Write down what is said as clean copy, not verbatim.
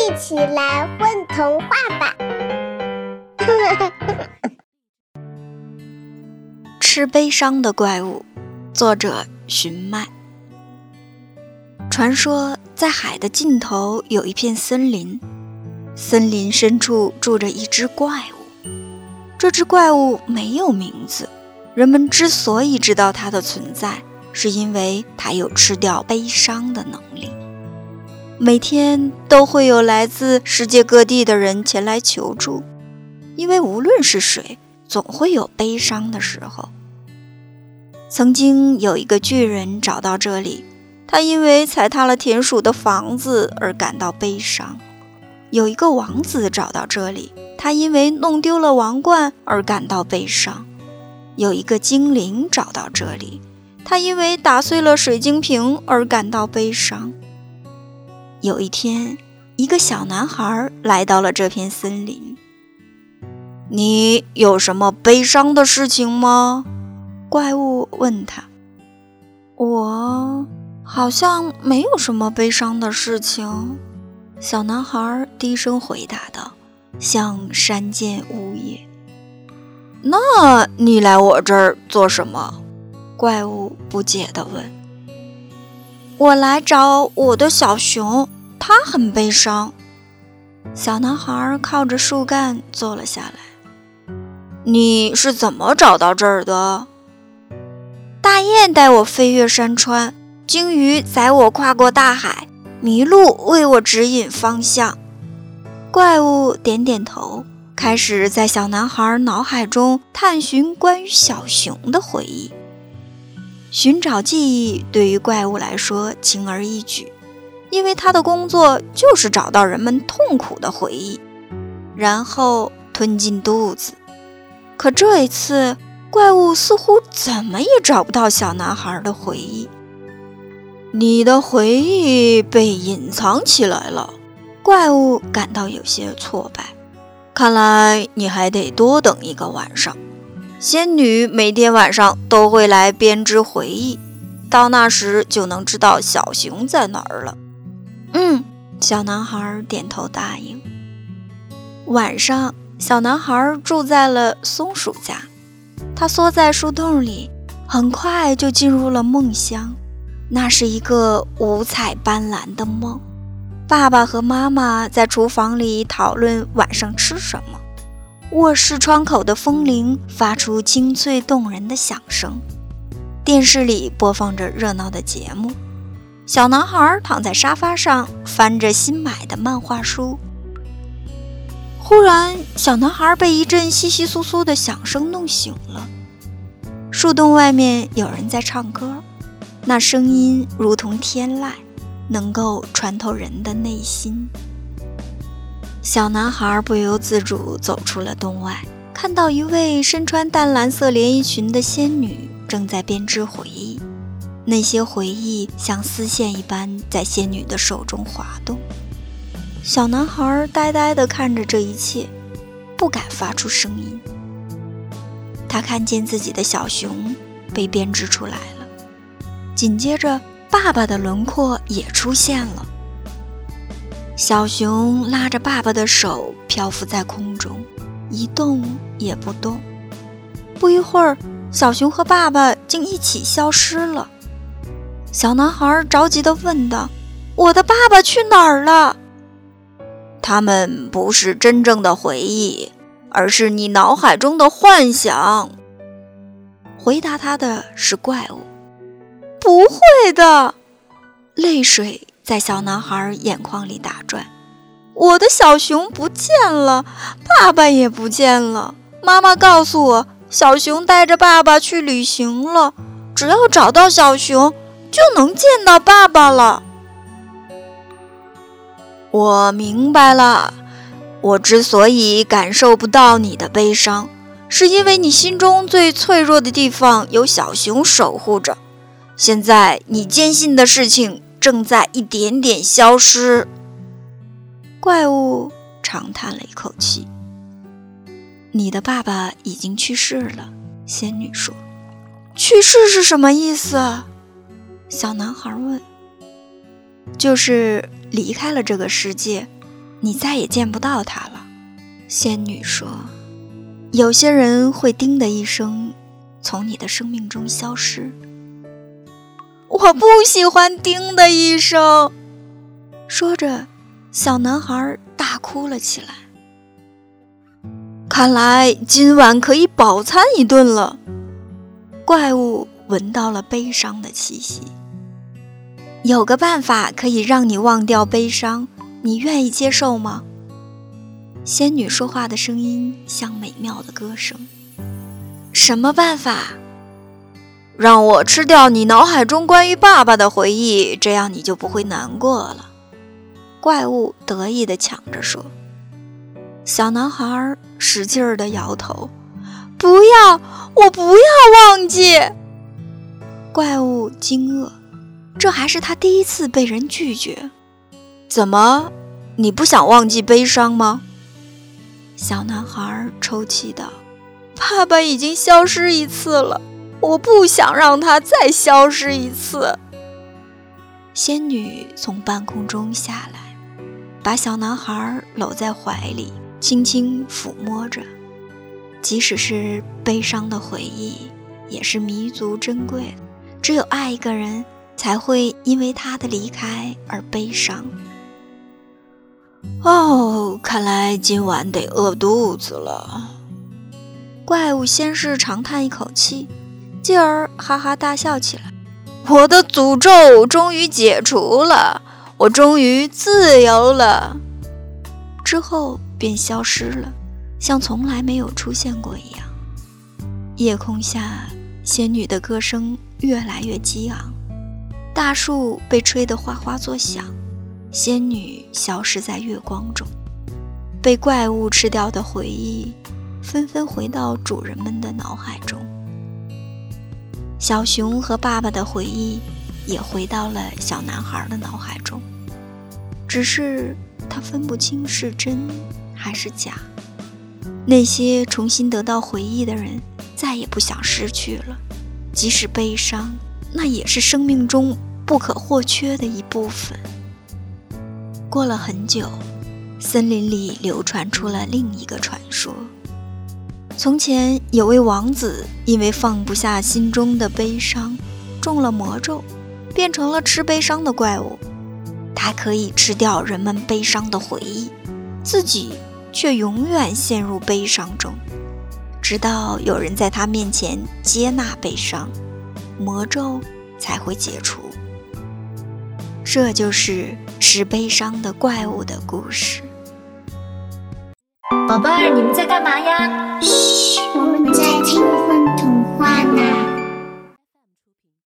一起来混童话吧！ 吃悲伤的怪物，作者寻麦。传说在海的尽头有一片森林，森林深处住着一只怪物。这只怪物没有名字，人们之所以知道它的存在，是因为它有吃掉悲伤的能力。每天都会有来自世界各地的人前来求助，因为无论是谁，总会有悲伤的时候。曾经有一个巨人找到这里，他因为踩踏了田鼠的房子而感到悲伤。有一个王子找到这里，他因为弄丢了王冠而感到悲伤。有一个精灵找到这里，他因为打碎了水晶瓶而感到悲伤。有一天，一个小男孩来到了这片森林。你有什么悲伤的事情吗？怪物问他。我好像没有什么悲伤的事情，小男孩低声回答道，像山间呜咽。那你来我这儿做什么？怪物不解地问。我来找我的小熊，它很悲伤。小男孩靠着树干坐了下来。你是怎么找到这儿的？大雁带我飞越山川，鲸鱼载我跨过大海，麋鹿为我指引方向。怪物点点头，开始在小男孩脑海中探寻关于小熊的回忆。寻找记忆对于怪物来说轻而易举，因为他的工作就是找到人们痛苦的回忆，然后吞进肚子。可这一次，怪物似乎怎么也找不到小男孩的回忆。你的回忆被隐藏起来了，怪物感到有些挫败。看来你还得多等一个晚上。仙女每天晚上都会来编织回忆，到那时就能知道小熊在哪儿了。小男孩点头答应。晚上，小男孩住在了松鼠家。他缩在树洞里，很快就进入了梦乡。那是一个五彩斑斓的梦。爸爸和妈妈在厨房里讨论晚上吃什么。卧室窗口的风铃发出清脆动人的响声。电视里播放着热闹的节目。小男孩躺在沙发上，翻着新买的漫画书。忽然，小男孩被一阵窸窸窣窣的响声弄醒了。树洞外面有人在唱歌，那声音如同天籁，能够穿透人的内心。小男孩不由自主走出了洞外，看到一位身穿淡蓝色连衣裙的仙女正在编织回忆。那些回忆像丝线一般在仙女的手中滑动。小男孩呆呆地看着这一切，不敢发出声音。他看见自己的小熊被编织出来了，紧接着爸爸的轮廓也出现了。小熊拉着爸爸的手漂浮在空中，一动也不动。不一会儿，小熊和爸爸竟一起消失了。小男孩着急地问道：“我的爸爸去哪儿了？”他们不是真正的回忆，而是你脑海中的幻想。回答他的是怪物。不会的，泪水在小男孩眼眶里打转。我的小熊不见了，爸爸也不见了。妈妈告诉我，小熊带着爸爸去旅行了，只要找到小熊，就能见到爸爸了。我明白了，我之所以感受不到你的悲伤，是因为你心中最脆弱的地方有小熊守护着。现在你坚信的事情正在一点点消失。怪物长叹了一口气。你的爸爸已经去世了，仙女说。去世是什么意思？小男孩问。就是离开了这个世界， 你再也见不到他了。仙女说，有些人会叮的一声从你的生命中消失。我不喜欢叮的一声。说着，小男孩大哭了起来。看来今晚可以饱餐一顿了。怪物闻到了悲伤的气息。有个办法可以让你忘掉悲伤，你愿意接受吗？仙女说话的声音像美妙的歌声。什么办法？让我吃掉你脑海中关于爸爸的回忆，这样你就不会难过了。怪物得意地抢着说。小男孩使劲儿地摇头，不要，我不要忘记。怪物惊愕，这还是他第一次被人拒绝。怎么，你不想忘记悲伤吗？小男孩抽泣道，爸爸已经消失一次了，我不想让他再消失一次。仙女从半空中下来，把小男孩搂在怀里，轻轻抚摸着。即使是悲伤的回忆，也是弥足珍贵的，只有爱一个人才会因为他的离开而悲伤。哦，看来今晚得饿肚子了。怪物先是长叹一口气，继而哈哈大笑起来。我的诅咒终于解除了，我终于自由了。之后便消失了，像从来没有出现过一样。夜空下，仙女的歌声越来越激昂，大树被吹得哗哗作响，仙女消失在月光中。被怪物吃掉的回忆纷纷回到主人们的脑海中。小熊和爸爸的回忆也回到了小男孩的脑海中，只是他分不清是真还是假。那些重新得到回忆的人再也不想失去了，即使悲伤，那也是生命中不可或缺的一部分。过了很久，森林里流传出了另一个传说。从前有位王子，因为放不下心中的悲伤，中了魔咒，变成了吃悲伤的怪物。他可以吃掉人们悲伤的回忆，自己却永远陷入悲伤中，直到有人在他面前接纳悲伤，魔咒才会解除。这就是吃悲伤的怪物的故事。 宝贝儿，你们在干嘛呀？嘘，